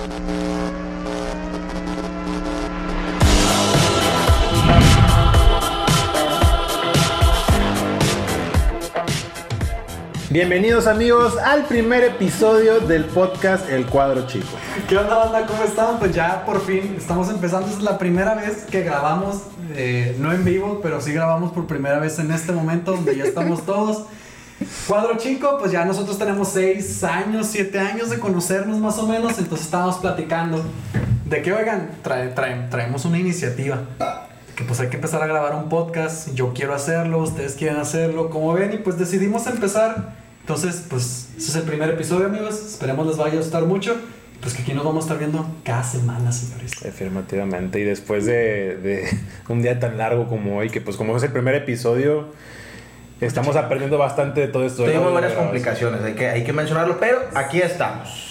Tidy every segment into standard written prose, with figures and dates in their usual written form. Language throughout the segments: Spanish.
Bienvenidos amigos al primer episodio del podcast El Cuadro Chico. ¿Qué onda, banda? ¿Cómo están? Pues ya por fin estamos empezando. Es la primera vez que grabamos, no en vivo, pero sí grabamos por primera vez en este momento donde ya estamos todos. Cuadro Chico, pues ya nosotros tenemos 6 años, 7 años de conocernos más o menos. Entonces estábamos platicando de que, oigan, traemos una iniciativa. Que pues hay que empezar a grabar un podcast. Yo quiero hacerlo, ustedes quieren hacerlo, como ven. Y pues decidimos empezar. Entonces, pues, ese es el primer episodio, amigos. Esperemos les vaya a gustar mucho. Pues que aquí nos vamos a estar viendo cada semana, señores. Afirmativamente. Y después de un día tan largo como hoy, que pues como es el primer episodio, estamos aprendiendo bastante de todo esto. Tuvimos varias complicaciones, hay que mencionarlo, pero aquí estamos.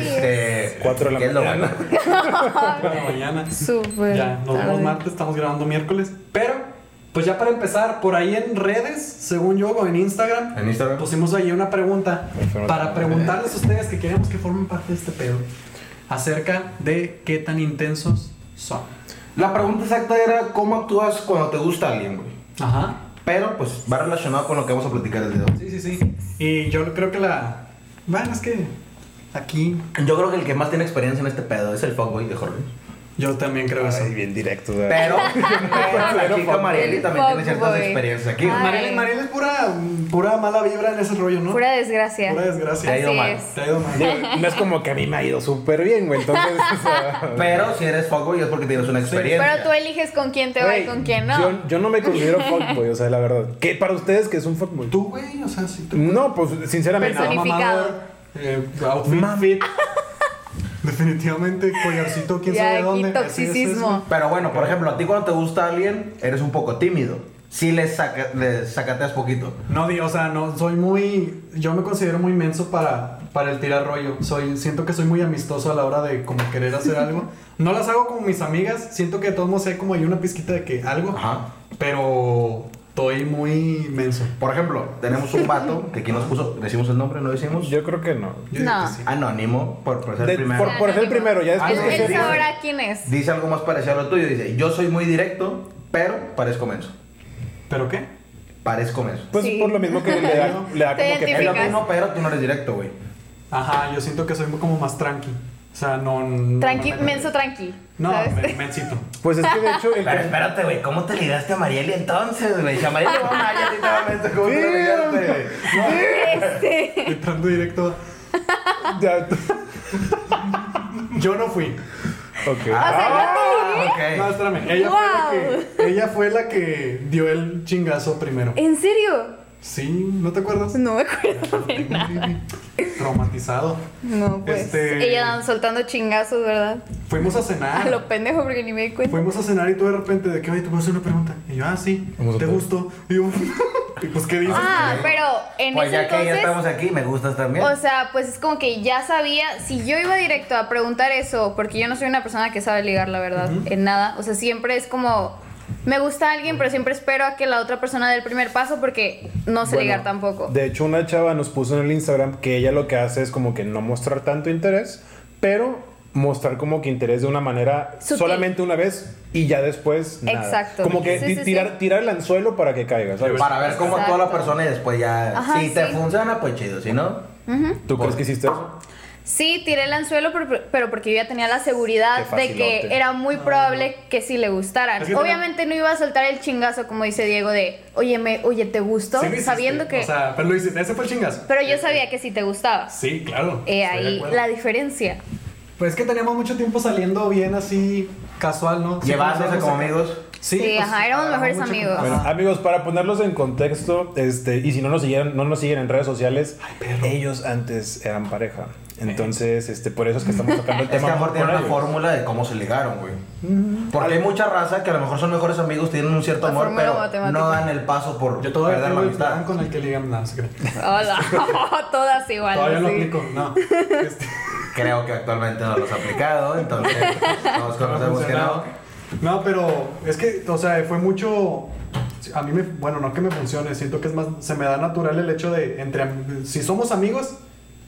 4 de la mañana. 4 de la mañana. Súper. Ya, nos vemos martes, estamos grabando miércoles. Pero, pues ya para empezar, por ahí en redes, según yo, o en Instagram, pusimos ahí una pregunta para preguntarles a ustedes que queremos que formen parte de este pedo acerca de qué tan intensos son. La pregunta exacta era ¿cómo actúas cuando te gusta alguien, güey? Ajá. Pero pues va relacionado con lo que vamos a platicar el día de hoy. Sí. Y yo creo que bueno, es que aquí... Yo creo que el que más tiene experiencia en este pedo es el fuckboy de Jorge. Yo también creo eso. Ay, bien directo. Pero la chica Marieli también tiene ciertas experiencias aquí. Marieli es pura mala vibra en ese rollo, ¿no? Pura desgracia. Te ha ido mal. Te ha ido mal. No es como que a mí me ha ido súper bien, güey. Entonces, pero si eres fuckboy es porque tienes una experiencia. Pero tú eliges con quién te va y con quién no. Yo no me considero fuckboy, o sea, la verdad. ¿Qué para ustedes que es un fuckboy? Tú, güey, o sea, sí. No, pues sinceramente. Personificado. Outfit. Definitivamente, collarcito, quién sabe dónde. Toxicismo. Pero bueno, por ejemplo, a ti cuando te gusta alguien, eres un poco tímido. Sí le sacateas poquito. No, o sea, no, yo me considero muy menso para el tirar rollo. Siento que soy muy amistoso a la hora de como querer hacer algo. No las hago como mis amigas. Siento que de todos modos hay como hay una pizquita de que algo. Ajá. Pero estoy muy menso. Por ejemplo, tenemos un vato que aquí nos puso, ¿decimos el nombre? ¿No decimos? Yo creo que no. Yo digo No. que sí. Anónimo, por ser el primero. Por ser el primero, ya después que Él se... sabrá quién es. Dice algo más parecido a lo tuyo. Dice, yo soy muy directo, pero parezco menso. ¿Pero qué? Parezco menso. Pues Sí. por lo mismo que le da Te como que identificas. Pero tú no, pero tú no eres directo, güey. Ajá, yo siento que soy como más tranqui. O sea, no Tranqui, no, menso tranqui. No, ¿sabes? mensito. Pues es que de hecho Pero espérate, güey, ¿cómo te ligaste a Marieli entonces, güey? Si a Marieli va mal, ya te estaba menso, ¿cómo te lo ligaste? Entrando directo. Ya. Yo no fui. Ok. O sea, yo te No, Ok. espérame. Wow. Ella fue la que dio el chingazo primero. ¿En serio? Sí, ¿no te acuerdas? No me acuerdo de nada. Traumatizado. No, pues. Ella soltando chingazos, ¿verdad? Fuimos a A cenar. lo pendejo porque ni me di cuenta. Fuimos a cenar y tú de repente de que, oye, te voy a hacer una pregunta. Y yo, sí, Vamos a ¿te ver. gustó? Y yo, y pues, ¿qué dices? Pero en Pues ese ya que ya entonces, estamos aquí, me gustas también. o sea, pues es como que ya sabía, si yo iba directo a preguntar eso, porque yo no soy una persona que sabe ligar, la verdad, en nada. O sea, siempre es como, me gusta alguien, pero siempre espero a que la otra persona dé el primer paso porque no sé ligar tampoco. De hecho, una chava nos puso en el Instagram que ella lo que hace es como que no mostrar tanto interés, pero mostrar como que interés de una manera Sutil. solamente una vez y ya después nada. Exacto. Como que Sí, sí, tirar el anzuelo para que caiga, ¿sabes? Para ver cómo actúa la Exacto. persona y después ya. Ajá, si te sí. funciona, pues chido. Si no, ¿Tú crees que hiciste eso? Sí, tiré el anzuelo, pero porque yo ya tenía la seguridad Qué de facilote. que era muy probable que sí le gustaran. Es que Obviamente no iba a soltar el chingazo, como dice Diego, de, oye, ¿te gustó? Sí lo hiciste. Sabiendo que... O sea, pero lo hiciste, ese fue el chingazo. Pero yo sabía que sí te gustaba. Sí, claro. Estoy de Ahí acuerdo. la diferencia. Pues es que teníamos mucho tiempo saliendo bien así, casual, ¿no? llevándose como amigos. Sí, pues, ajá, éramos mejores mucho- amigos. Ajá. Bueno, amigos, para ponerlos en contexto, y si no nos siguen en redes sociales, ellos antes eran pareja. Entonces, por eso es que estamos tocando el Es que tema. a lo mejor con tiene una ellos. fórmula de cómo se ligaron, güey. Porque hay mucha raza que a lo mejor son mejores amigos, tienen un cierto La amor, fórmula pero matemática. no dan el paso por Yo todavía perder la tengo el plan amistad. con el que ligan, no, se cree. Hola, todas igual. Todavía lo sí. aplico, no. Creo que actualmente no los ha aplicado, entonces todos conocemos que no. No, pero es que, o sea, fue mucho. A mí bueno, no que me funcione, siento que es más, se me da natural el hecho de, si somos amigos,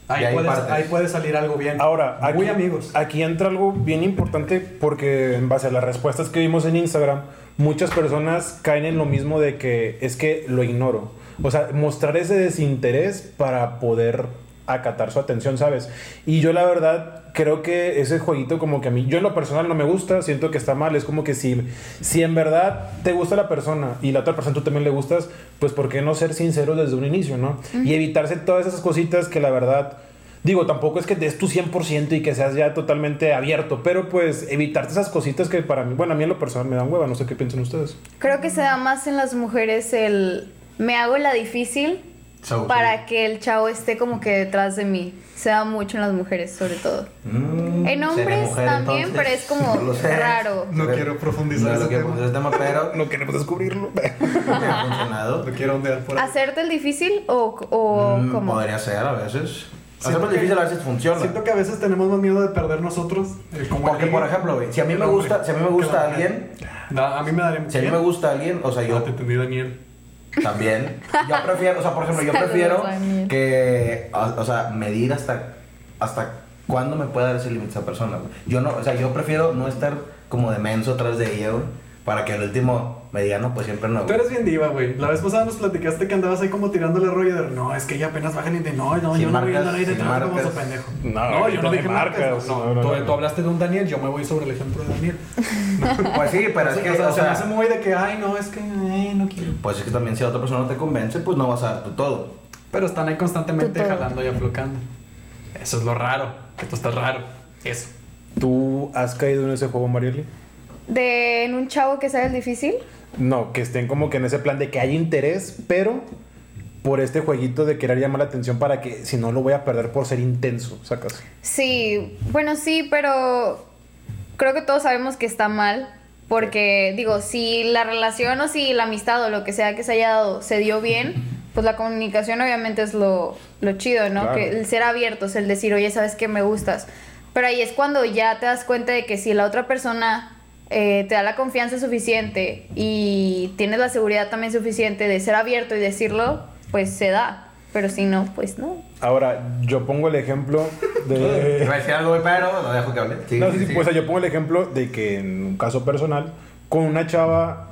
De ahí partes. Ahí puede salir algo bien. Ahora, muy amigos. Aquí entra algo bien importante porque en base a las respuestas que vimos en Instagram, muchas personas caen en lo mismo de que es que lo ignoro. O sea, mostrar ese desinterés para poder acatar su atención, ¿sabes? Y yo la verdad creo que ese jueguito como que a mí, yo en lo personal no me gusta, siento que está mal, es como que si en verdad te gusta la persona y la otra persona tú también le gustas, pues ¿por qué no ser sinceros desde un inicio, no? Y evitarse todas esas cositas que la verdad, digo, tampoco es que des tu 100% y que seas ya totalmente abierto, pero pues evitarte esas cositas que para mí, bueno, a mí en lo personal me dan hueva, no sé qué piensan ustedes. Creo que se da más en las mujeres me hago la difícil para que el chavo esté como que detrás de mí. Se da mucho en las mujeres, sobre todo. En hombres mujer, también, entonces, pero es como no raro. No quiero profundizar ese tema, pero no queremos descubrirlo. No me ha funcionado. Lo quiero ondear por ahí. ¿Hacerte el difícil o cómo? Podría ser a veces. Hacerlo difícil a veces funciona. Siento que a veces tenemos más miedo de perder nosotros. Porque, por ejemplo, si a mí me gusta alguien... A mí me daría... Si a mí me gusta alguien, o sea, yo... te entendí, Daniel. También. Yo prefiero, o sea, por ejemplo, yo prefiero que, o sea, medir hasta cuándo me puede dar ese límite esa persona. Yo no, o sea, yo prefiero no estar como de menso atrás de ella, güey, para que al último me diga, no, pues siempre no. Tú eres bien diva, güey. La vez pasada nos platicaste que andabas ahí como tirándole rollo de, no, es que ella apenas baja y de, no, yo no voy a andar ahí detrás como su pendejo. No, yo no dije marcas. No, tú hablaste de un Daniel, yo me voy sobre el ejemplo de Daniel. Pues sí, pero es que, o sea, se me hace muy de que, ay, no, es que, no quiero. Pues es que también si a otra persona no te convence, pues no vas a dar tú todo. Pero están ahí constantemente jalando y aflocando. Eso es lo raro, que tú estás raro. Eso. ¿Tú has caído en ese juego, Marieli? ¿En un chavo que sea el difícil? No, que estén como que en ese plan de que hay interés, pero por este jueguito de querer llamar la atención para que si no lo voy a perder por ser intenso, ¿sacas? Sí, bueno, sí, pero creo que todos sabemos que está mal. Porque, digo, si la relación o si la amistad o lo que sea que se haya dado se dio bien, pues la comunicación obviamente es lo chido, ¿no? Claro. Que el ser abiertos, el decir, oye, ¿sabes qué? Me gustas. Pero ahí es cuando ya te das cuenta de que si la otra persona te da la confianza suficiente y tienes la seguridad también suficiente de ser abierto y decirlo, pues se da. Pero si no, pues no. Ahora, yo pongo el ejemplo de... Iba a decir algo, pero no dejo que hable. Sí, no, sí, pues yo pongo el ejemplo de que en un caso personal, con una chava,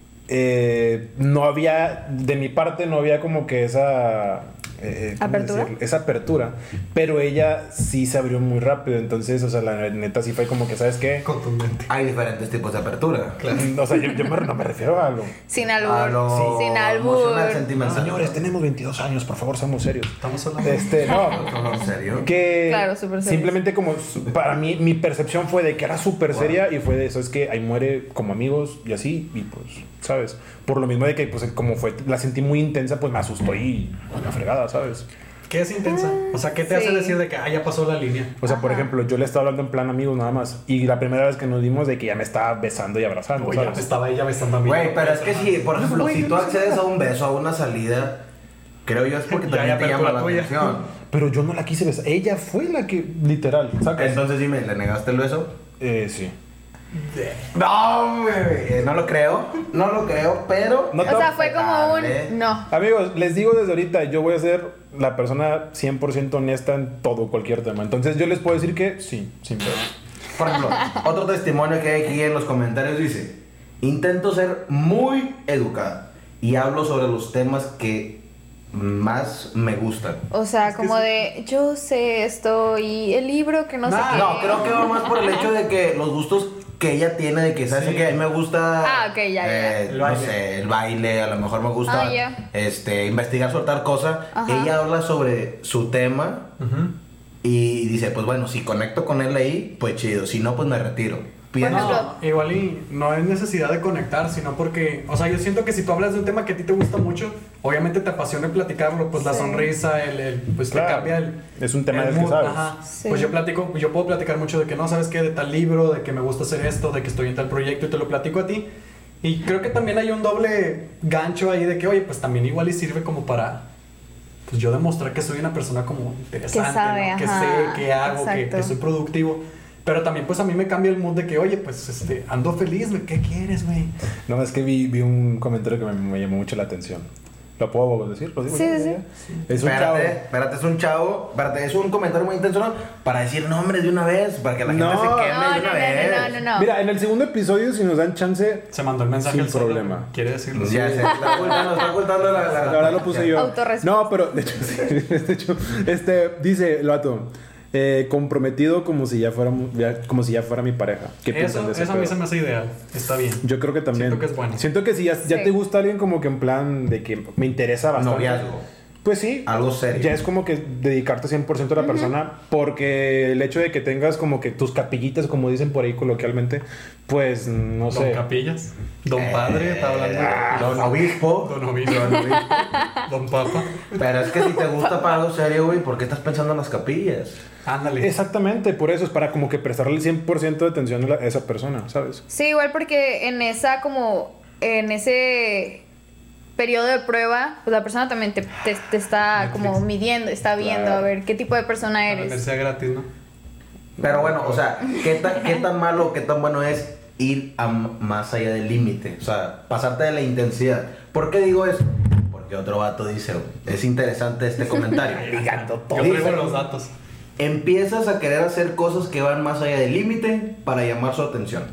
no había, de mi parte, no había como que esa... ¿Apertura? Esa apertura, pero ella sí se abrió muy rápido, entonces, o sea, la neta sí fue como que, ¿sabes qué? Contundente. Hay diferentes tipos de apertura. Claro. O sea, yo no me refiero a lo... Sin albur. A lo Sin albur. emocional, sentimental. Señores, tenemos 22 años, por favor, seamos serios. Estamos hablando. No, ¿En serio? que Claro, súper serio. simplemente como para mí mi percepción fue de que era súper seria y fue de eso, es que ahí muere como amigos y así, y pues, ¿sabes? Por lo mismo de que pues como fue, la sentí muy intensa, pues me asustó y la fregada, ¿sabes? ¿Qué es intensa? O sea, ¿qué te hace decir de que ya pasó la línea? O sea, por ejemplo, yo le estaba hablando en plan amigos nada más, y la primera vez que nos dimos de que ya me estaba besando y abrazando, Oye, ¿sabes? estaba ella besando a mí. Güey, pero es que si, por ejemplo, si tú accedes a un beso, a una salida, creo yo es porque Ya también te llama la tuya. atención. Pero yo no la quise besar, ella fue la que, literal, ¿sabes? Entonces dime, ¿le negaste el beso? Sí. No, güey. No lo creo, pero... No O sea, fue como Respetable. un... No. Amigos, les digo desde ahorita, yo voy a ser la persona 100% honesta en todo, cualquier tema. Entonces yo les puedo decir que sí, sin pedo. Por ejemplo, otro testimonio que hay aquí en los comentarios dice: intento ser muy educada y hablo sobre los temas que más me gustan. O sea, como de, yo sé esto y el libro que no sé qué. No, creo que va más por el hecho de que los gustos que ella tiene, de que sabes que a mí me gusta Ok, ya. no sé, el baile, a lo mejor me gusta Ya. investigar sobre tal cosa. Ajá. Ella habla sobre su tema y dice, pues bueno, si conecto con él ahí, pues chido, si no, pues me retiro. Pienso. ejemplo, No, igual y no hay necesidad de conectar, sino porque, o sea, yo siento que si tú hablas de un tema que a ti te gusta mucho, obviamente te apasiona platicarlo, pues la Sí. sonrisa, pues Claro. te cambia el... Es un tema el del que mood, sabes. ajá. Sí. Pues yo puedo platicar mucho de que no, ¿sabes qué? De tal libro, de que me gusta hacer esto, de que estoy en tal proyecto y te lo platico a ti. Y creo que también hay un doble gancho ahí de que, oye, pues también igual y sirve como para... Pues yo demostrar que soy una persona como interesante, Que sabe, ¿no? Que ajá, sé, que hago, exacto. que soy productivo. Pero también pues a mí me cambia el mood de que, oye, pues ando feliz, güey, ¿qué quieres, güey? No, es que vi un comentario que me llamó mucho la atención. ¿Lo puedo decir? ¿Lo digo? Sí, Ya, sí. ya. Es un chavo. Espérate, es un chavo. Espérate, es un comentario muy intenso, ¿no? Para decir nombres de una vez, para que la gente No. se queme No, de una vez. no. Mira, en el segundo episodio, si nos dan chance, Se mandó el mensaje sin al solo, problema. güey. Quiere decirlo. Ya sé, está ocultando la la verdad lo puse yo. Autorrespeto. No, pero de hecho, sí, de hecho, dice el vato, comprometido como si ya fuera mi pareja. ¿Qué piensan de ese Eso a mí pedo? se me hace ideal. Está bien. Yo creo que también. Siento que es bueno. Siento que si ya Sí. te gusta alguien como que en plan de que me interesa bastante. Noviazgo. Pues sí. Algo serio. Ya es como que dedicarte 100% a la persona, porque el hecho de que tengas como que tus capillitas, como dicen por ahí coloquialmente, pues no Don sé. Capillas. Don Padre, está hablando. Don Obispo. Don Obispo. Don Papa. Pero es que si te gusta para algo serio, güey, ¿por qué estás pensando en las capillas? Ándale. Exactamente, por eso es para como que prestarle el 100% de atención a esa persona, ¿sabes? Sí, igual porque en ese periodo de prueba, pues la persona también te está Netflix. como midiendo, está viendo Claro. a ver qué tipo de persona Para eres. sea gratis, ¿no? Pero bueno, o sea, ¿qué tan malo, qué tan bueno es ir más allá del límite? O sea, pasarte de la intensidad. ¿Por qué digo eso? Porque otro vato dice, es interesante este comentario. Yo Dice, traigo los datos. empiezas a querer hacer cosas que van más allá del límite para llamar su atención.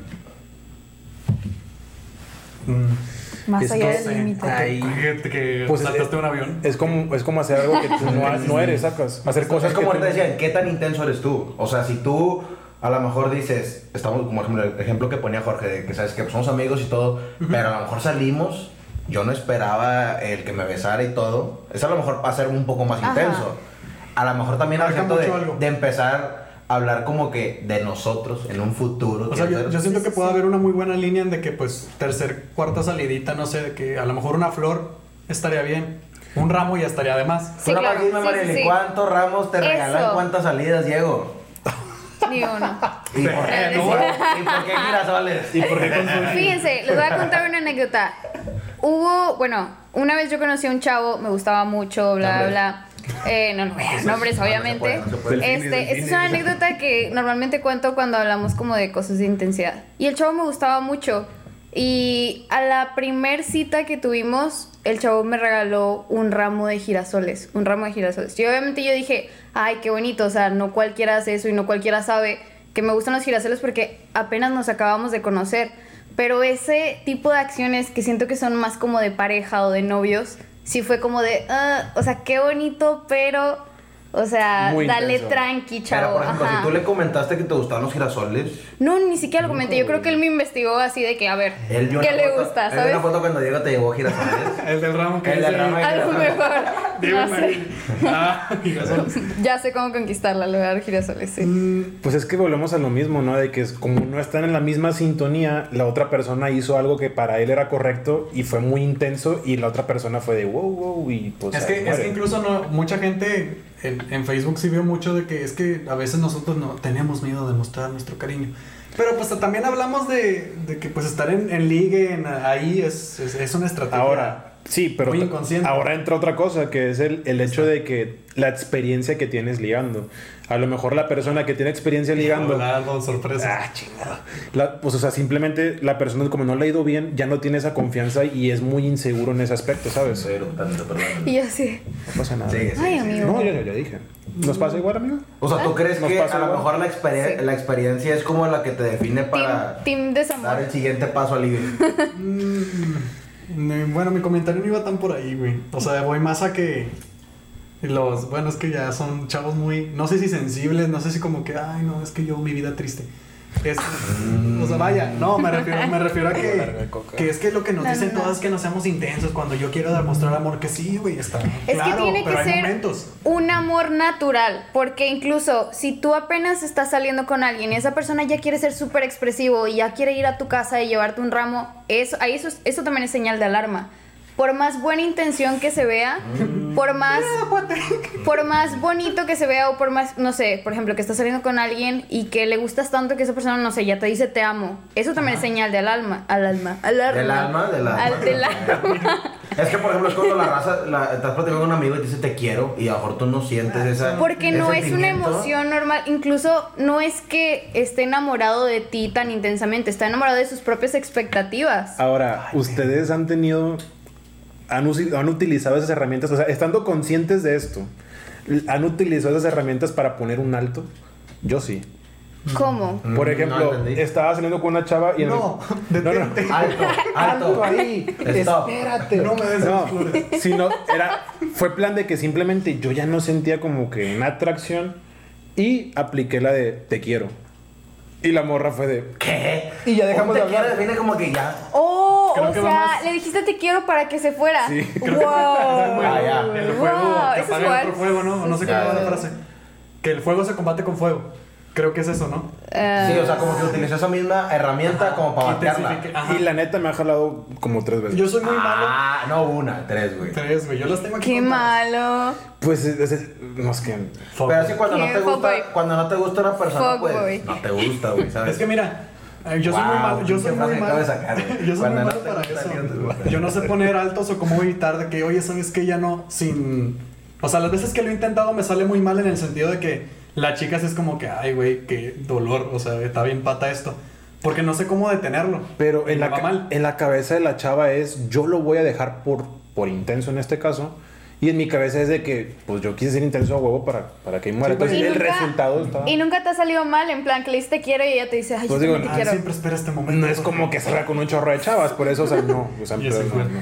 Más Es allá que- del límite. Que Pues saltaste un avión. Es como hacer algo que tú no eres, sacas. Hacer cosas Es como que ahorita tú- decían, ¿qué tan intenso eres tú? O sea, si tú a lo mejor dices, estamos como ejemplo, el ejemplo que ponía Jorge, de que sabes que somos amigos y todo, pero a lo mejor salimos, yo no esperaba el que me besara y todo. Eso a lo mejor va a ser un poco más Ajá. intenso. A lo mejor también al Marca momento mucho algo. de empezar a hablar como que de nosotros en un futuro. O sea, quiero yo ser- siento que puede haber una muy buena línea en de que, pues, cuarta salidita, no sé, de que a lo mejor una flor estaría bien. Un ramo ya estaría de más. Sí, Tú nada más claro. dime, Sí, Marieli, sí. ¿cuántos ramos te Eso. regalan? ¿Cuántas salidas, Diego? Ni uno. ¿Y por qué, No. ¿Y por qué girasoles? ¿Y por qué con Fíjense, les voy a contar una anécdota. Una vez yo conocí a un chavo, me gustaba mucho, bla, bla. No voy a dar nombres, obviamente. No se puede. Esta es una anécdota que normalmente cuento cuando hablamos como de cosas de intensidad. Y el chavo me gustaba mucho. Y a la primer cita que tuvimos, el chavo me regaló un ramo de girasoles. Un ramo de girasoles. Y obviamente yo dije, ay, qué bonito. O sea, no cualquiera hace eso y no cualquiera sabe que me gustan los girasoles porque apenas nos acabamos de conocer. Pero ese tipo de acciones que siento que son más como de pareja o de novios, sí fue como de, o sea, qué bonito, pero, o sea, Muy dale intenso. tranqui, Pero, chavo. por ejemplo, ajá. si tú le comentaste que te gustaban los girasoles, No, ni siquiera lo comenté. Yo creo que él me investigó así de que, a ver, él vio ¿qué una le foto- gusta, él vio sabes? una foto cuando Diego te llevó girasoles. El del ramo que El del dice- ramo de A lo girasoles. mejor, Dime, no sé. Marieli. Girasoles. Ya sé cómo conquistarla, le voy a dar girasoles, sí. Pues es que volvemos a lo mismo, ¿no? De que es como no están en la misma sintonía, la otra persona hizo algo que para él era correcto y fue muy intenso y la otra persona fue de wow y pues Es ahí que muere. incluso mucha gente en Facebook sí vio mucho de que es que a veces nosotros no tenemos miedo de mostrar nuestro cariño. Pero pues también hablamos de que pues estar en ligue, ahí es una estrategia. Ahora, sí, pero muy inconsciente. ahora entra otra cosa, que es el hecho de que la experiencia que tienes ligando. A lo mejor la persona que tiene experiencia ligando... Hola, don sorpresa. Ah, chingado. Pues, o sea, simplemente la persona, como no le ha ido bien, ya no tiene esa confianza y es muy inseguro en ese aspecto, ¿sabes? Estoy eructando, perdón. Y yo así, No pasa nada. Sí, sí, ay, sí. amigo. No, ya dije. ¿Nos pasa igual, amigo? O sea, ¿tú crees Nos que pasa a lo igual. mejor la experiencia es como la que te define para Team desamor. dar el siguiente paso al ligue? Bueno, mi comentario no iba tan por ahí, güey. O sea, voy más a que bueno, es que ya son chavos muy, no sé si sensibles, no sé si como que, ay, no, es que yo, mi vida triste. O sea, vaya, no, me refiero a que es que lo que nos No, dicen no. todas es que no seamos intensos cuando yo quiero demostrar amor, que sí, güey, está Es claro, que tiene pero que hay ser momentos. un amor natural, porque incluso si tú apenas estás saliendo con alguien y esa persona ya quiere ser súper expresivo y ya quiere ir a tu casa y llevarte un ramo, eso también es señal de alarma. Por más buena intención que se vea, por más bonito que se vea o por más, no sé, por ejemplo, que estás saliendo con alguien y que le gustas tanto que esa persona, no sé, ya te dice te amo. Eso también es señal del alma. Del alma. Del alma. Es que, por ejemplo, es cuando la raza, estás platicando con un amigo y te dice te quiero y a lo mejor tú no sientes esa. Porque ese no es una sentimiento. emoción normal. Incluso no es que esté enamorado de ti tan intensamente. Está enamorado de sus propias expectativas. Ahora, ¿ustedes han tenido han utilizado esas herramientas, o sea, estando conscientes de esto, han utilizado esas herramientas para poner un alto. Yo sí. ¿Cómo? Por ejemplo, entendí. estaba saliendo con una chava y Detente. Alto. ahí. Stop. Espérate. No me des No, las flores. sino fue plan de que simplemente yo ya no sentía como que una atracción y apliqué la de te quiero. Y la morra fue de ¿Qué? y ya dejamos de te quiero hablar. define como que ya. Oh, Creo o que sea, vamos- le dijiste te quiero para que se fuera. Sí. Wow. Ah, ya. El fuego Wow, que eso es apaga igual. otro fuego, ¿no? O no sé cómo Ya, va la ya. frase. Que el fuego se combate con fuego. Creo que es eso, ¿no? Sí, o sea, como que utilizó esa misma herramienta como para batearla. Intensifique- Ajá. Y la neta me ha jalado como 3 veces. Yo soy muy malo. Ah, no una, 3, güey. 3, güey. Yo las tengo aquí. Qué contadas. malo. Pues no es que Fuck. Pero así cuando no ¿Qué? te gusta, Fuckboy. cuando no te gusta una persona, Fuckboy. pues no te gusta, güey, ¿sabes? Es que mira, yo soy muy Wow, malo. Yo soy qué muy frase acabo malo. de sacar, güey. Yo soy Cuando muy no malo te para gusta, eso. no te gusta. Yo no sé poner altos o cómo evitar de que, oye, ¿sabes qué? Ya no, sin... O sea, las veces que lo he intentado me sale muy mal en el sentido de que la chica sí es como que, ay, güey, qué dolor. O sea, está bien pata esto. Porque no sé cómo detenerlo. Pero Y en me la, va mal. en la cabeza de la chava es, yo lo voy a dejar por intenso en este caso. Y en mi cabeza es de que, pues yo quise ser intenso a huevo para que muera. Sí, pues, Entonces y el nunca- resultado está... Y nunca te ha salido mal, en plan que le dices te quiero y ella te dice, ay, Pues yo digo, también te Ah, quiero. siempre espera este momento. No es como que salga con un chorro de chavas, por eso, o sea, no. O sea, Y ese pero cuerno.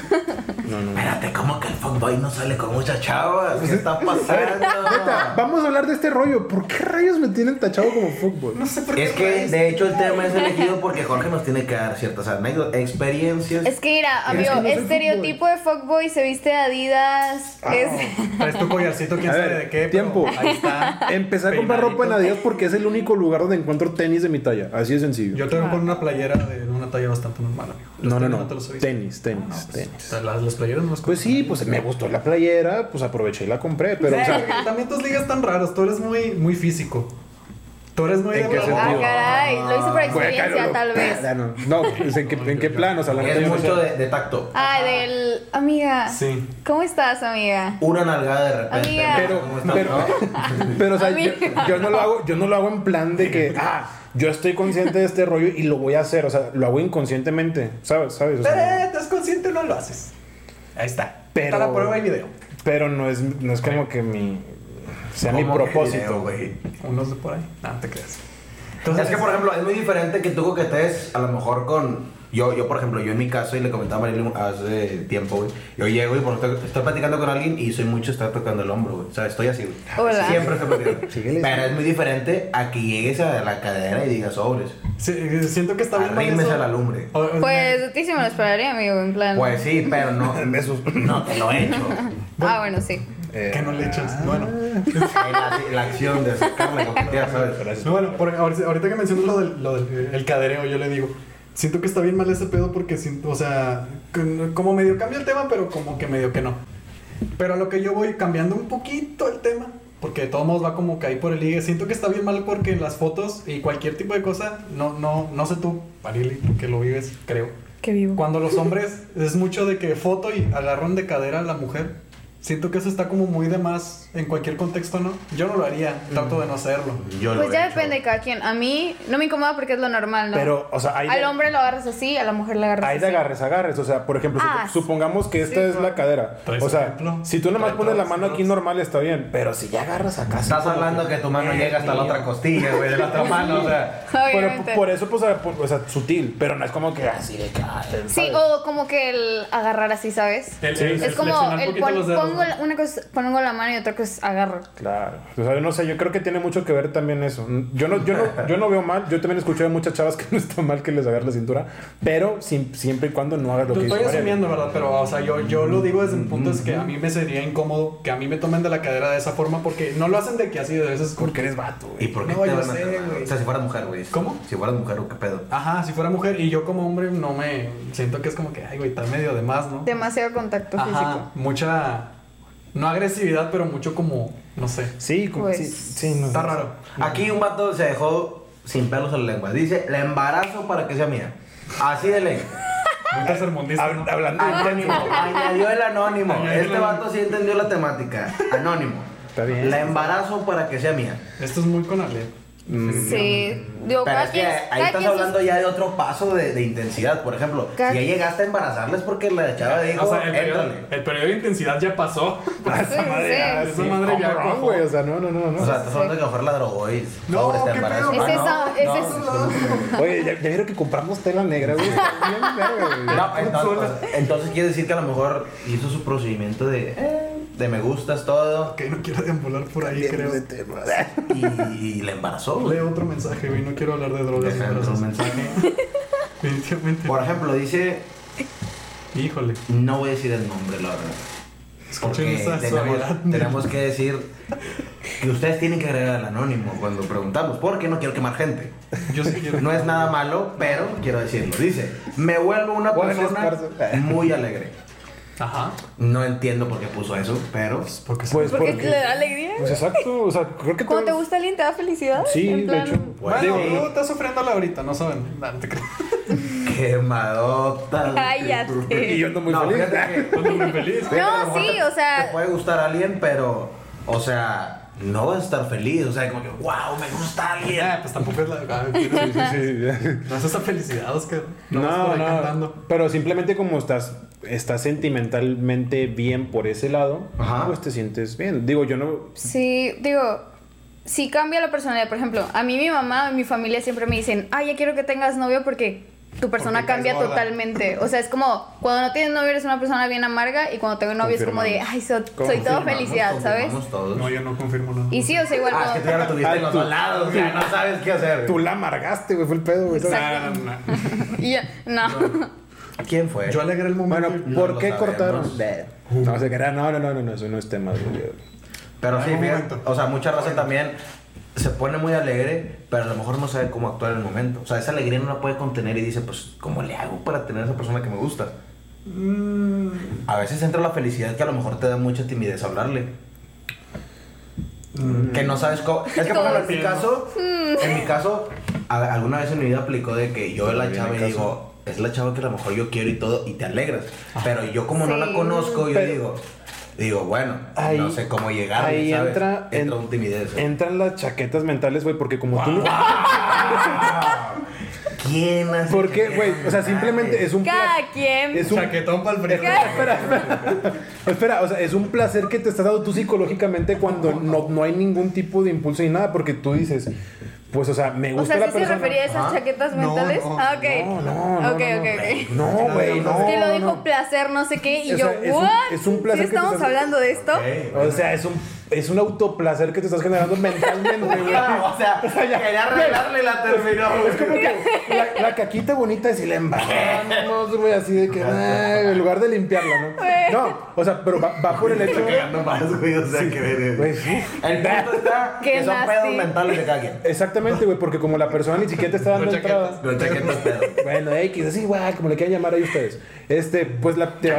no. Espérate, ¿cómo que el fuckboy no sale con muchas chavas? ¿Qué está pasando? Neta, vamos a hablar de este rollo. ¿Por qué rayos me tienen tachado como fútbol? No sé por qué. Es que, de hecho, el tema es elegido porque Jorge nos tiene que dar ciertas anécdotas, experiencias. Es que mira, Es amigo, que no soy estereotipo de fuckboy se viste de Adidas. Traes tu collarcito, quién A sabe ver, de qué. tiempo. Pero ahí está. Empecé a comprar ropa en Adidas porque es el único lugar donde encuentro tenis de mi talla. Así de sencillo. Yo tengo con una playera de una talla bastante normal, amigo. Los No. tenis te los he visto. Tenis. O sea, las playeras no las Pues sí, pues me gustó la playera, pues aproveché y la compré. Pero, o sea, También tus ligas tan raras. Tú eres muy físico. Tú eres muy ¿En qué de sentido? Ah, caray, lo hice por güey, experiencia, Carlos, tal vez. No, pues, ¿en qué plan? O sea, la neta Es yo no mucho sé. de tacto. Ah, del. Amiga. Sí. ¿Cómo estás, amiga? Una nalgada de repente. Amiga. ¿Cómo estás, Pero, no? pero, o sea, Amiga. yo no lo hago en plan de que, yo estoy consciente de este rollo y lo voy a hacer. O sea, lo hago inconscientemente, ¿sabes? O sea, ¿Estás consciente o no lo haces? Ahí está. Pero- Está la prueba y video. pero no es como que sea mi ¿Cómo que propósito. video, güey? Unos de por ahí. No te creas. Es que, por ejemplo, es muy diferente que tú coquetees a lo mejor con... Yo, por ejemplo, yo en mi caso, y le comentaba a Marilyn hace tiempo, güey. Yo llego y por estoy platicando con alguien y soy mucho estar tocando el hombro, güey. O sea, estoy así, güey. Hola. Siempre estoy platicando. Síguele. Pero es muy diferente a que llegues a la cadera y digas sobres. Sí, siento que está bien mal Arrímese eso. a la lumbre. Pues de ti sí me lo esperaría, amigo, en plan. Pues sí, pero no, no te lo he hecho. Ah, bueno, sí. Que no le echas. Bueno. La acción de sacarla, coquetear, ¿sabes? No, bueno, ahorita que mencionas lo del el cadereo, yo le digo, siento que está bien mal ese pedo porque siento, o sea, como medio cambia el tema, pero como que medio que no. Pero a lo que yo voy cambiando un poquito el tema, porque de todos modos va como que ahí por el ligue, siento que está bien mal porque en las fotos y cualquier tipo de cosa, no sé tú, Marily, tú que lo vives, creo. Qué vivo. Cuando los hombres es mucho de que foto y agarran de cadera a la mujer. Siento que eso está como muy de más en cualquier contexto, ¿no? Yo no lo haría, trato de no hacerlo. Yo lo Pues he ya hecho. depende de cada quien. A mí no me incomoda porque es lo normal, ¿no? Pero, o sea, hay Al de, hombre lo agarras así, a la mujer le agarras hay así. de agarres. O sea, por ejemplo, Ah, supongamos que esta sí, es claro. la cadera. ¿Traes O sea, ejemplo? si tú nomás Trae pones la todos, mano aquí todos. normal está bien. Pero si ya agarras acá... así Estás como hablando que tu mano llega hasta la otra costilla, güey, de la otra mano, o sea. Obviamente. Pero por eso, pues, o sea, sutil. Pero no es como que así de que... Sí, ¿sabes? o como que el agarrar así, ¿sabes? Es como el pongo la mano y otra cosa agarro. Claro. O sea, yo no sé, yo creo que tiene mucho que ver también eso. Yo no veo mal. Yo también escuché de muchas chavas que no está mal que les agarre la cintura. Pero siempre y cuando no hagas lo que Estoy hizo Mariana. asumiendo, ¿verdad? Pero, o sea, yo lo digo desde un punto es que a mí me sería incómodo que a mí me tomen de la cadera de esa forma porque no lo hacen de que así de veces. Porque eres vato, ¿Y güey. por qué No, te yo van a sé, hacer? güey. O sea, si fueras mujer, güey. ¿Cómo? Si fueras mujer, ¿o qué pedo? Ajá, si fuera mujer y yo como hombre no me siento que es como que, ay, güey, está medio de más, ¿no? Demasiado contacto Ajá, físico. mucha, no agresividad, pero mucho como, no sé, Sí, como, Pues, sí, no. está raro. Aquí un vato se dejó sin pelos en la lengua. Dice, la embarazo para que sea mía. Así de ley. Muy tercermundista, ¿no? Hablando Anónimo. Añadió el anónimo. Añadió el Este anónimo. vato sí entendió la temática. Anónimo. Está bien. La embarazo para que sea mía. Esto es muy con Ale. Sí. Digo, Pero es que ahí estás hablando ya de otro paso de intensidad. Por ejemplo, si ya llegaste a embarazarles porque la chava dijo, O sea, éntrale. el periodo de intensidad ya pasó. Esa madre, sí. Esa madre ya cabrón, cuajó. güey. O sea, no. O sea, estás hablando de que mejor la drogó y No, sobres te ¿qué embarazó. pedo? Es esa, es no, esa. Oye, ya vieron que compramos tela negra, güey. Está bien verga, güey. No, entonces quiere decir que a lo mejor hizo su procedimiento de me gustas todo Que no quiero deambular por ahí, creo. y le embarazó, güey. Leo otro mensaje, güey. No quiero hablar de drogas. Deja pero un sí. mensaje. Definitivamente. Por ejemplo, dice, Híjole. no voy a decir el nombre, la verdad. Escuchen Porque esa suavidad. tenemos que decir que ustedes tienen que agregar al anónimo cuando preguntamos, porque no quiero quemar gente. Yo sí quiero. No es nada malo, pero quiero decirlo. Dice, me vuelvo una Bueno, persona esparce. muy alegre. Ajá. No entiendo por qué puso eso, pero Porque Pues Porque le da alegría. Pues exacto, o sea, creo que Cuando te todo- gusta alguien, te da felicidad. Sí, En de plan, hecho. Bueno, Digo, Bueno, tú estás sufriéndola ahorita, no saben. No, te creo. quemadota. Cállate. Y yo ando muy No, feliz. fíjate que- Cuando muy feliz. fíjate que a lo No, mejor sí, te- o sea- Te puede gustar a alguien, pero, o sea, no vas a estar feliz. O sea, como que, wow, me gusta alguien. Pues tampoco es la. Sí. No es esa felicidad, es que no vas por No, ahí no, cantando. pero simplemente como estás sentimentalmente bien por ese lado, Ajá. pues te sientes bien. Digo, yo no... Sí, digo, sí cambia la personalidad. Por ejemplo, a mí mi mamá y mi familia siempre me dicen, ay, ya quiero que tengas novio porque tu persona Porque caes cambia gorda. totalmente. O sea, es como, cuando no tienes novio eres una persona bien amarga y cuando tengo novio es como de, ay, soy todo Confirmamos, felicidad, ¿sabes? confirmamos todos. No, yo no confirmo nada. Y sí, o sea, igual Ah, es que tú ya lo tuviste en los dos lados, ya no sabes qué hacer. Tú la amargaste, güey, fue el pedo, güey. Exacto. No. Y ya, no. ¿Quién fue? Yo alegré el momento. Bueno, No ¿por lo qué sabemos. cortaron? No, se quería, no, eso no es tema, güey. Pero sí, Algún fíjate, momento. o sea, mucha raza también se pone muy alegre, pero a lo mejor no sabe cómo actuar en el momento. O sea, esa alegría no la puede contener y dice, pues, ¿cómo le hago para tener a esa persona que me gusta? A veces entra la felicidad que a lo mejor te da mucha timidez hablarle. Que no sabes cómo. Es que, por ejemplo, en mi caso, alguna vez en mi vida aplicó de que yo la Bien, chava y en caso. digo, es la chava que a lo mejor yo quiero y todo, y te alegras. Pero yo, como no la Sí. conozco, yo Pero- digo, bueno, Ahí- no sé cómo llegar. Ahí ¿sabes? entra un timidez. entran las chaquetas mentales, güey, porque como tú no... ¿Quién hace ¿Por qué, que- güey? O sea, simplemente es un Cada quien. es un Chaquetón para el frío. Espera, o sea, es un placer que te estás dando tú psicológicamente cuando no hay ningún tipo de impulso ni nada, porque tú dices, pues, o sea, me O gusta sea, la ¿sí se persona. refería a esas Ajá. chaquetas No, mentales? no. Ah, ok. No, Ok, ok. No, güey, no. Es que lo no, dijo no. placer, no sé qué, y O yo, sea, es un- ¿what? es un placer ¿Sí que te estamos estás- hablando de esto? Ok. O sea, es un autoplacer que te estás generando mentalmente, güey. O sea, quería arreglarle y la terminó. Es como que la caquita bonita de si la embarramos, güey, así de que, en lugar de limpiarla, ¿no? No, o sea, pero va por el hecho Está cagando más, güey, o sea, que ver. Güey, sí. El punto está Qué que son nasty. pedos mentales de cada quien. Exactamente, güey, porque como la persona ni siquiera te está dando No entrada. Los chaquetas pedos. Bueno, X, así igual, como le quieran llamar ahí ustedes. Pues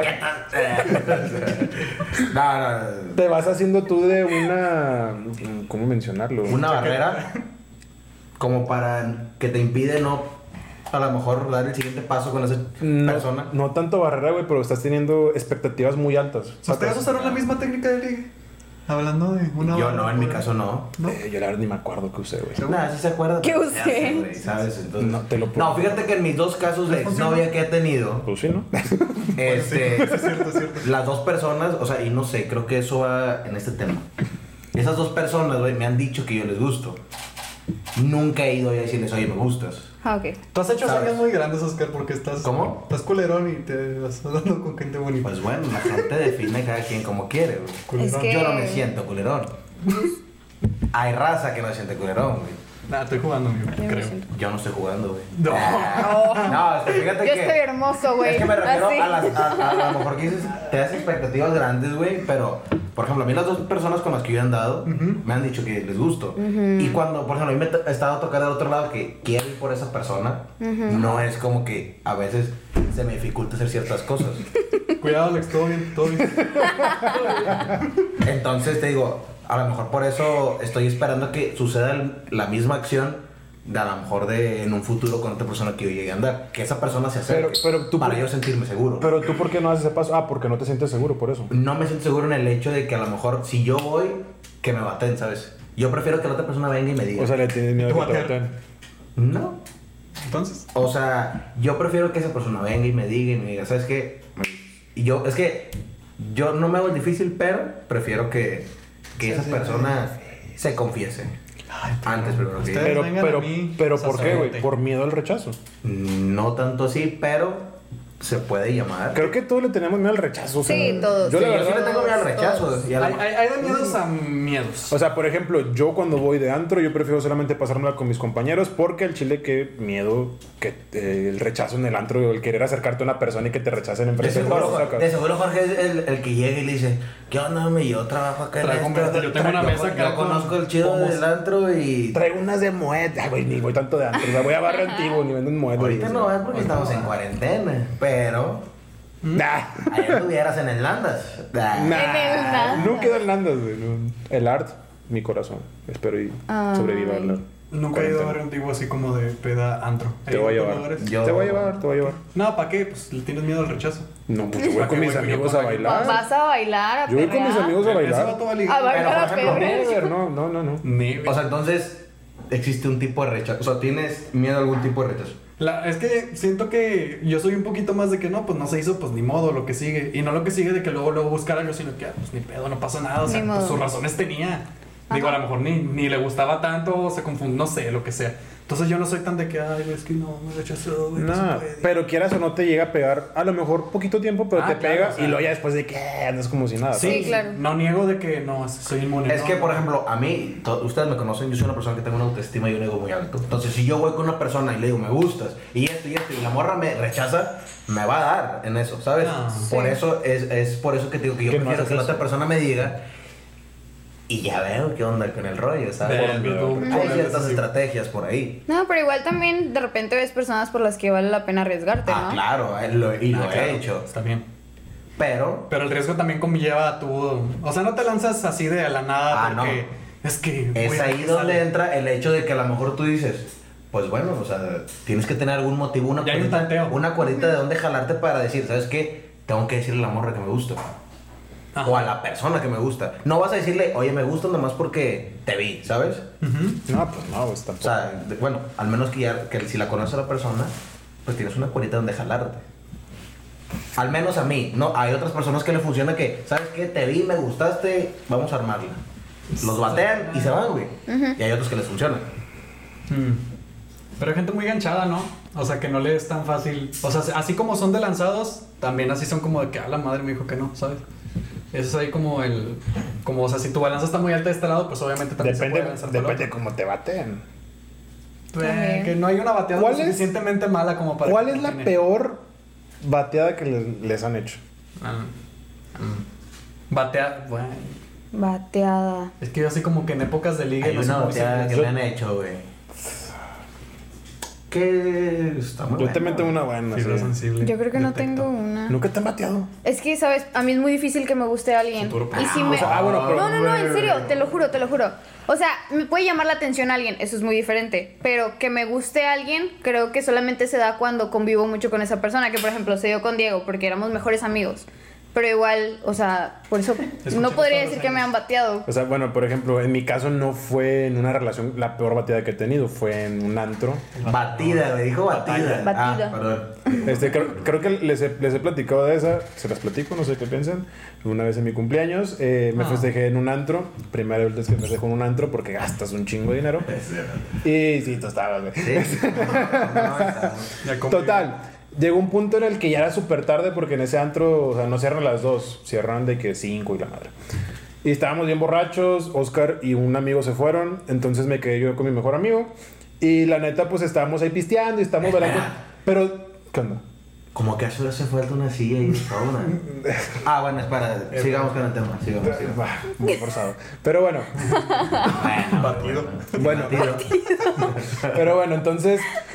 te vas haciendo tú de una. ¿Cómo mencionarlo? Una barrera como para que te impide no a lo mejor dar el siguiente paso con esa persona. No tanto barrera, güey, pero estás teniendo expectativas muy altas. ¿Ustedes usaron la misma técnica de ligue? Hablando de una. Yo no, en mi caso no. Yo la verdad ni me acuerdo que usé, güey. Nada, sí se acuerda. ¿Qué pero se usé? hace, güey, ¿sabes? Entonces, No, te lo puedo- No, fíjate que en mis dos casos de exnovia que he tenido, Pues sí, ¿no? Es cierto, es cierto. las dos personas, o sea, y no sé, creo que eso va en este tema. Esas dos personas, güey, me han dicho que yo les gusto. Nunca he ido a decirles, oye, me gustas. Ah, ok. Tú has hecho ¿Sabes? señas muy grandes, Oscar, porque estás. ¿Cómo? Estás culerón y te vas hablando con gente bonita. Pues bueno, la gente define cada quien como quiere, güey. Culerón. Es que- Yo no me siento culerón. Hay raza que no se siente culerón, güey. Nah, estoy jugando, amigo, Yo me creo. siento. Yo no estoy jugando, güey. No. No, es que fíjate Yo que... estoy hermoso, güey. Es que me refiero Así. a lo mejor que dices, te das expectativas grandes, güey, pero, por ejemplo, a mí las dos personas con las que yo he andado me han dicho que les gusto. Y cuando, por ejemplo, a mí me ha estado tocando del otro lado que quiero ir por esa persona, no es como que a veces se me dificulta hacer ciertas cosas. Cuidado, Alex, todo bien, todo bien. Entonces te digo, a lo mejor por eso estoy esperando que suceda la misma acción de a lo mejor de en un futuro con otra persona que yo llegue a andar. Que esa persona se acerque Pero tú- para yo sentirme seguro. Pero tú, ¿por qué no haces ese paso? Ah, porque no te sientes seguro, por eso. No me siento seguro en el hecho de que a lo mejor si yo voy, que me baten, ¿sabes? Yo prefiero que la otra persona venga y me diga. O sea, le tienes miedo a que te baten. No. Entonces. O sea, yo prefiero que esa persona venga y me diga, ¿sabes qué? Y yo, es que yo no me hago el difícil, pero prefiero que esa persona se confiese. Antes primero que Ustedes vengan a mí, pero ¿por qué, güey? sacerdote. Por miedo al rechazo. No tanto así, pero se puede llamar. Creo que todos le tenemos miedo al rechazo. O sea, Sí, todos. Yo Sí, la yo sí verdad. le tengo miedo al rechazo. Y a la- Hay de miedos a miedos. O sea, por ejemplo, yo cuando voy de antro, yo prefiero solamente pasármela con mis compañeros porque el chile que miedo que el rechazo en el antro, el querer acercarte a una persona y que te rechacen en de frente de todos. seguro Jorge es el que llega y le dice, ¿qué onda, hombre? Yo trabajo acá en Traigo un esto". vete, yo tengo una mesa acá Yo con conozco el chido pomos. del antro y... Traigo unas de muet. Ay, güey, ni voy tanto de antro. O sea, voy a barrio antiguo, ni venden muet. Ahorita no es porque estamos en cuarentena, pero... Nah. Ayer estuvieras en el Landas. Nah. En el Nandas. Nunca he ido al Nandas, güey. No. El art, mi corazón. Espero y Ay. sobreviva al art. Nunca he ido a barrio antiguo así como de peda antro. Te voy a llevar. Yo- Te voy a llevar, te voy a llevar. No, ¿para qué? Pues le tienes miedo al rechazo. No, pues yo voy ¿Para con qué, mis güey? amigos Yo a con- bailar. Vas a bailar, a Yo voy con mis perrear. amigos a Ese bailar. vato va a A ligar. bailar, Pero, a por ejemplo, perrear. Never, no. Neve. O sea, entonces existe un tipo de rechazo. O sea, ¿tienes miedo a algún tipo de rechazo? Es que siento que yo soy un poquito más de que no, pues no se hizo, pues ni modo, lo que sigue. Y no lo que sigue de que luego buscar algo, sino que pues ni pedo, no pasa nada. O sea, Ni pues modo. sus razones tenía. Digo, a lo mejor ni le gustaba tanto, o se confundió, no sé, lo que sea. Entonces yo no soy tan de que, ay, güey, es que no, me rechazó, güey, no se No, puede. pero quieras o no te llega a pegar, a lo mejor poquito tiempo, pero Ah, te claro, pega o sea. y luego ya después de que andas como si nada. Sí, Sí, claro. No niego de que no, soy inmune. Es no, que, por no. ejemplo, a mí, ustedes me conocen, yo soy una persona que tengo una autoestima y un ego muy alto. Entonces, si yo voy con una persona y le digo, me gustas, y y la morra me rechaza, me va a dar en eso, ¿sabes? Ah. Por Sí. eso es por eso que te digo que yo ¿Qué no prefiero haces que la eso? otra persona me diga y ya veo qué onda con el rollo, ¿sabes? Ve, miedo. tú, Hay tú, ciertas sí. estrategias por ahí. No, pero igual también de repente ves personas por las que vale la pena arriesgarte, ¿no? Ah, claro, lo Ah, he claro, hecho. Está bien. Pero, Pero el riesgo también conlleva a tu... O sea, no te lanzas así de a la nada Ah, porque... Es que... es güey, ahí ¿qué donde sale? entra el hecho de que a lo mejor tú dices, pues bueno, o sea, tienes que tener algún motivo, una Ya hay un tanteo. cuerdita de dónde jalarte para decir, ¿sabes qué? Tengo que decirle a la morra que me gusta. Ajá. O a la persona que me gusta. No vas a decirle, oye, me gusta nomás porque te vi, ¿sabes? Ujú. No, pues no, pues O tampoco. sea, bueno, al menos que si la conoces a la persona, pues tienes una cuerita donde jalarte. Al menos a mí, ¿no? Hay otras personas que le funciona que, ¿sabes qué? Te vi, me gustaste, vamos a armarla. Los batean y se van, güey. Y hay otros que les funcionan. Mm. Pero hay gente muy ganchada, ¿no? O sea, que no le es tan fácil. O sea, así como son de lanzados, también así son como de que, a la madre me dijo que no, ¿sabes? Eso es ahí como el... Como, o sea, si tu balanza está muy alta de este lado, pues obviamente también se puede Depende, lanzar para el depende de otro. cómo te baten. Que no hay una bateada ¿Cuál lo es- suficientemente mala como para... ¿Cuál que es la continúe. peor bateada que les han hecho? Bueno, Bateada. es que yo así como que en épocas de liga Hay no sé una cómo bateada que se- me han hecho, güey. Que está muy Yo bueno. también tengo una buena. Fibra sí. sensible. Yo creo que no Detecto. tengo una. ¿Nunca te han bateado? Es que, ¿sabes? A mí es muy difícil que me guste alguien. Futuro Y si me... O sea, bueno, pero- No, en serio, te lo juro, te lo juro. O sea, me puede llamar la atención a alguien, eso es muy diferente. Pero que me guste a alguien, creo que solamente se da cuando convivo mucho con esa persona. Que, por ejemplo, se dio con Diego, porque éramos mejores amigos. Pero igual, o sea, por eso Escuché no podría todos decir los que me años. han bateado. O sea, bueno, por ejemplo, en mi caso no fue en una relación la peor bateada que he tenido, fue en un antro. Batida, me dijo batida. Batida. Ah, perdón. Creo que les he platicado de esa, se las platico, no sé qué piensan. Una vez en mi cumpleaños me Ah. festejé en un antro, primera vez que me festejé en un antro porque gastas un chingo de dinero. Y sí, tú estabas, güey. Sí. No, está- Ya conviví. Total, llegó un punto en el que ya era súper tarde porque en ese antro, o sea, no cierran las 2, cierran de que 5 y la madre. Y estábamos bien borrachos, Oscar y un amigo se fueron, entonces me quedé yo con mi mejor amigo. Y la neta, pues estábamos ahí pisteando y estábamos bailando. Pero, ¿qué onda? Como que hace falta una silla y una. Ah, bueno, espera, sigamos con el tema. Sigamos. Bah, muy forzado. Pero bueno, Bueno, Batido. bueno, batido. pero bueno, entonces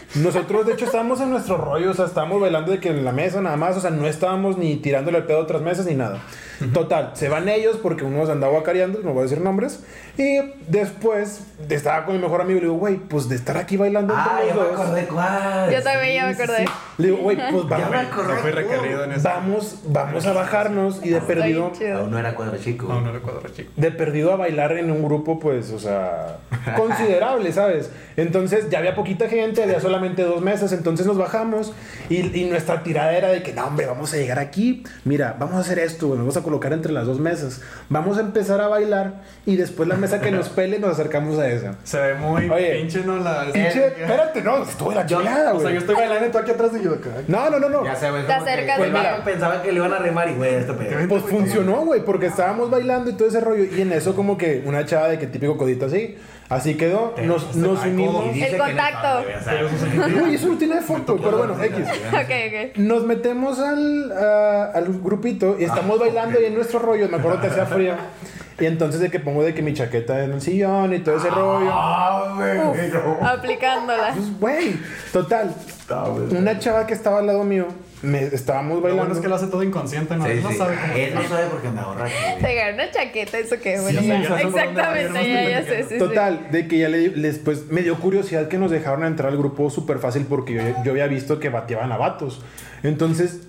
Nosotros, de hecho, estábamos en nuestro rollo, o sea, estábamos bailando de que en la mesa nada más, o sea, no estábamos ni tirándole el pedo a otras mesas ni nada. Total, se van ellos porque uno se andaba guacareando, no voy a decir nombres. Y después estaba con mi mejor amigo y le digo, güey, pues de estar aquí bailando Ah, entre ya los me dos. acordé cuál. Yo también ya me acordé. Le digo, güey, pues Ya me acordé. No fui requerido en eso. vamos a bajarnos y de perdido. Está bien chido. Aún no era cuadro chico. No, no recuerdo, chico. De perdido a bailar en un grupo, pues, o sea, considerable, ¿sabes? Entonces ya había poquita gente, había solamente 2 mesas, entonces nos bajamos y nuestra tirada era de que, no, hombre, vamos a llegar aquí, mira, vamos a hacer esto, nos vamos a colocar entre las 2 mesas, vamos a empezar a bailar y después la mesa que nos pele nos acercamos a esa. Se ve muy Oye, pinche, ¿no? Pinche, espérate, no, estuve la chingada, O sea, yo güey. estoy bailando y tú aquí atrás y yo acá. No. Ya sé, güey. Te como que acercas el de vato mí. pensaba que le iban a rimar y, güey, esto pedo. Pues funcionó, güey, porque estábamos bailando y todo ese rollo. Y en eso como que una chava de que típico codito así. Así quedó, nos unimos. Y dice El que no contacto. es fan, güey, o sea, Uy, eso no tiene foto, pero bueno, X. Ok. Nos metemos al grupito y estamos bailando y en nuestro rollo, me acuerdo que hacía frío. Y entonces de que pongo de que mi chaqueta en el sillón y todo ese rollo. Ah, güey, no. Aplicándola. Pues, güey, total. Una chava que estaba al lado mío, estábamos Lo bailando. bueno es que lo hace todo inconsciente, ¿no? Sí, Él no sí. sabe cómo. Él no sabe porque me ahorra. Te ganó una chaqueta, eso qué bueno. Sí, o sea, o sea, exactamente, ya sé, sí. Total, de que ya después me dio curiosidad que nos dejaron entrar al grupo súper fácil porque yo había visto que bateaban a vatos. Entonces,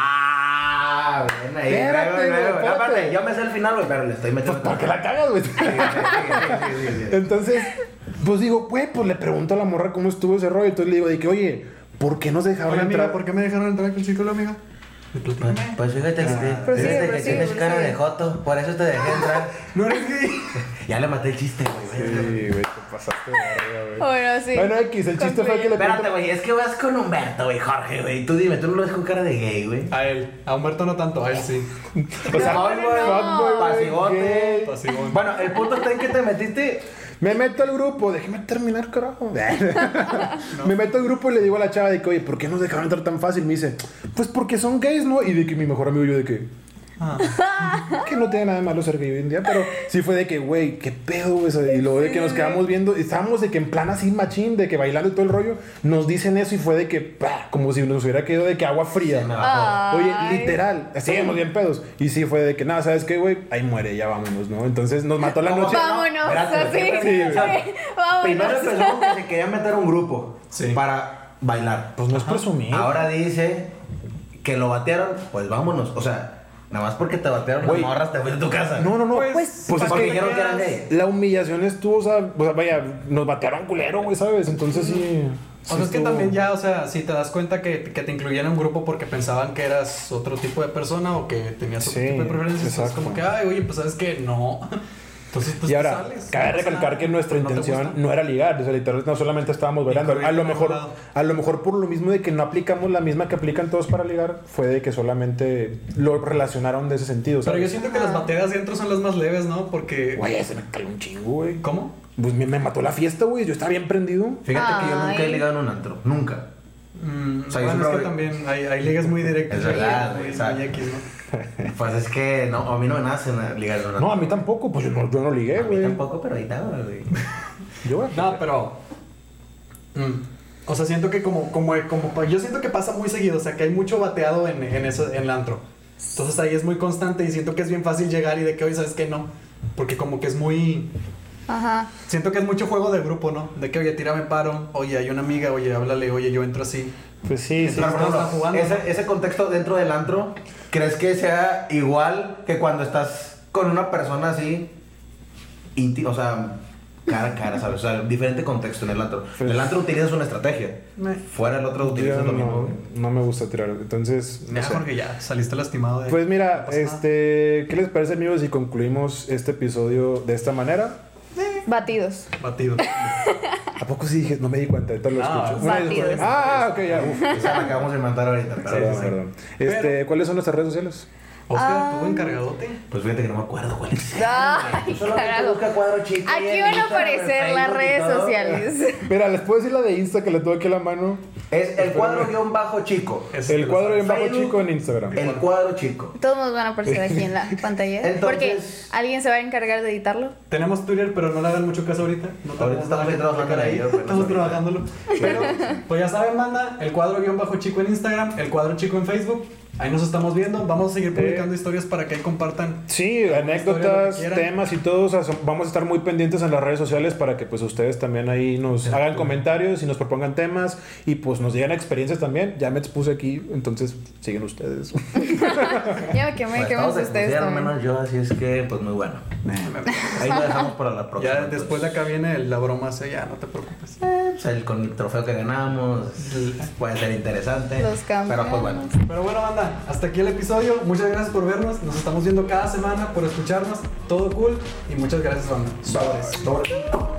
Ah, bien ahí. Espérate, Luego, luego. güey, espérate. Aparte, yo me sé el final, güey, pero le estoy metiendo. ¿para qué la cagas, güey? Sí. Entonces, pues digo, güey, pues le pregunto a la morra cómo estuvo ese rollo. Entonces le digo de que, oye, ¿por qué nos dejaron Oye, entrar? amiga, ¿por qué me dejaron entrar con el chico, amiga? Pues fíjate que, Prosigue, que tienes cara prosigue. de joto, por eso te dejé entrar. No eres gay. Ya le maté el chiste, güey. Sí, güey, te pasaste de verga, güey. Bueno, sí. Bueno, X, el chiste fue que le Espérate, pregunto... güey, es que vas con Humberto, güey, Jorge, güey. Tú dime, tú no lo ves con cara de gay, güey. A él. A Humberto no tanto, a él sí. O sea, No, fuckboy, güey, pasivote. gay. Pasivón. Bueno, el punto está en que te metiste. Me meto al grupo, déjeme terminar, carajo. Me meto al grupo y le digo a la chava de que, oye, ¿por qué nos dejaron entrar tan fácil? Me dice, pues porque son gays, ¿no? Y de que mi mejor amigo yo de que... Que no tiene nada de malo ser gay hoy en día, pero sí fue de que, güey, qué pedo, güey. Y luego de que nos quedamos viendo, estábamos de que en plan así machín, de que bailando y todo el rollo, nos dicen eso y fue de que, ¡pah! Como si nos hubiera quedado de que agua fría. Se me bajó. Oye, Ay. literal, estábamos bien pedos. Y sí fue de que, nada, ¿sabes qué, güey? Ahí muere, ya vámonos, ¿no? Entonces nos mató la noche. Vámonos, Espérate, así. siempre- o sea, Primero Vámonos. empezó que se quería meter a un grupo Sí. para bailar. Pues no es presumir. Ahora dice que lo batearon, pues vámonos. O sea, nada más porque te batearon Güey. las morras, te fuiste a tu casa. No, Pues- pues es porque que dijeron que eran gay. la humillación estuvo, o sea, vaya, nos batearon culero, güey, ¿sabes? Entonces sí. O sea, es que también ya, o sea, si te das cuenta que te incluían en un grupo porque pensaban que eras otro tipo de persona o que tenías otro Sí, tipo de preferencias, es exacto. como que, ay, oye, pues sabes que no. Entonces, pues Y tú ahora, sales, cabe no pasa recalcar nada, que nuestra no te intención gusta. no era ligar, o sea, literalmente no solamente estábamos bailando. corriendo A lo en mejor, algún lado. a lo mejor por lo mismo de que no aplicamos la misma que aplican todos para ligar, fue de que solamente lo relacionaron de ese sentido, Pero yo ¿sabes? siento que las bateas dentro son las más leves, ¿no? Porque... Güey, se me cayó un chingo, güey. ¿Cómo? Pues me mató la fiesta, güey. Yo estaba bien prendido. Fíjate que yo nunca he Ay. ligado en un antro. Nunca. O sea, yo bueno, es que siempre- también hay ligas muy directas. Es verdad, muy, güey, muy exacto. X, ¿no? Pues es que no, a mí no me nace ligar en un antro. No, a mí tampoco. Pues yo no ligué, A mí güey. tampoco, pero ahorita, güey. Yo, güey. No, pero... O sea, siento que yo siento que pasa muy seguido, o sea, que hay mucho bateado en el antro. Entonces ahí es muy constante y siento que es bien fácil llegar y de que hoy sabes que no. Porque como que es muy... Ajá. Siento que es mucho juego de grupo, ¿no? De que, oye, tírame paro, oye, hay una amiga, oye, háblale, oye, yo entro así. Pues sí, sí. Pero, por ejemplo, están jugando, ese contexto dentro del antro, ¿crees que sea igual que cuando estás con una persona así íntima, o sea, cara a cara, ¿sabes? O sea, diferente contexto en el antro. Pues- en el antro utilizas una estrategia. Fuera del otro Yo utilizas lo mismo, no, güey. no me gusta tirar. Entonces, no Ya, sé. Jorge, ya saliste lastimado de... Pues mira, no pasa nada. ¿qué les parece, amigos, si concluimos este episodio de esta manera? Batidos. Batido. ¿A poco sí dije? No me di cuenta, ahorita lo No, escucho. batidos. Ah, ok, ya. Uf. Esa la acabamos de inventar ahorita, pero Perdón, sí. perdón. Pero- ¿Cuáles son nuestras redes sociales? Oscar, ¿tuvo encargadote? Pues fíjate que no me acuerdo cuál es. Ay, Solamente carajo. busca Cuadro Chico. Aquí y en van a Instagram, en aparecer las Facebook y redes todo. sociales. Mira, les puedo decir la de Insta que le tuve aquí a la mano. Es el Cuadro-Chico. El cuadro bien bajo Facebook, chico en Instagram. El Cuadro Chico. Todos nos van a aparecer aquí en la pantalla. Entonces- Porque alguien se va a encargar de editarlo. Tenemos Twitter, pero no le hagan mucho caso ahorita. No Ahorita tenemos nada estamos que trabajando publicar en ello, pero Estamos ahorita. trabajándolo. Pero, pues ya saben, banda, el Cuadro-Chico en Instagram, el Cuadro Chico en Facebook. Ahí nos estamos viendo. Vamos a seguir publicando historias para que ahí compartan. Sí, historia, anécdotas, lo que quieran. temas y todo. O sea, vamos a estar muy pendientes en las redes sociales para que pues ustedes también ahí nos hagan comentarios y nos propongan temas y pues nos digan experiencias también. Ya me expuse aquí, entonces siguen ustedes. Ya me quemé, Pues, quemé todos se ustedes expusieron, también. menos yo, así es que, pues muy bueno. Ahí lo dejamos para la próxima. Ya después de acá viene la broma, ya no te preocupes. Pues, con el trofeo que ganamos, puede ser interesante. Los campeones. Pero pues bueno. Pero bueno, banda, hasta aquí el episodio. Muchas gracias por vernos. Nos estamos viendo cada semana, por escucharnos. Todo cool. Y muchas gracias, banda. Sobres. Sobre.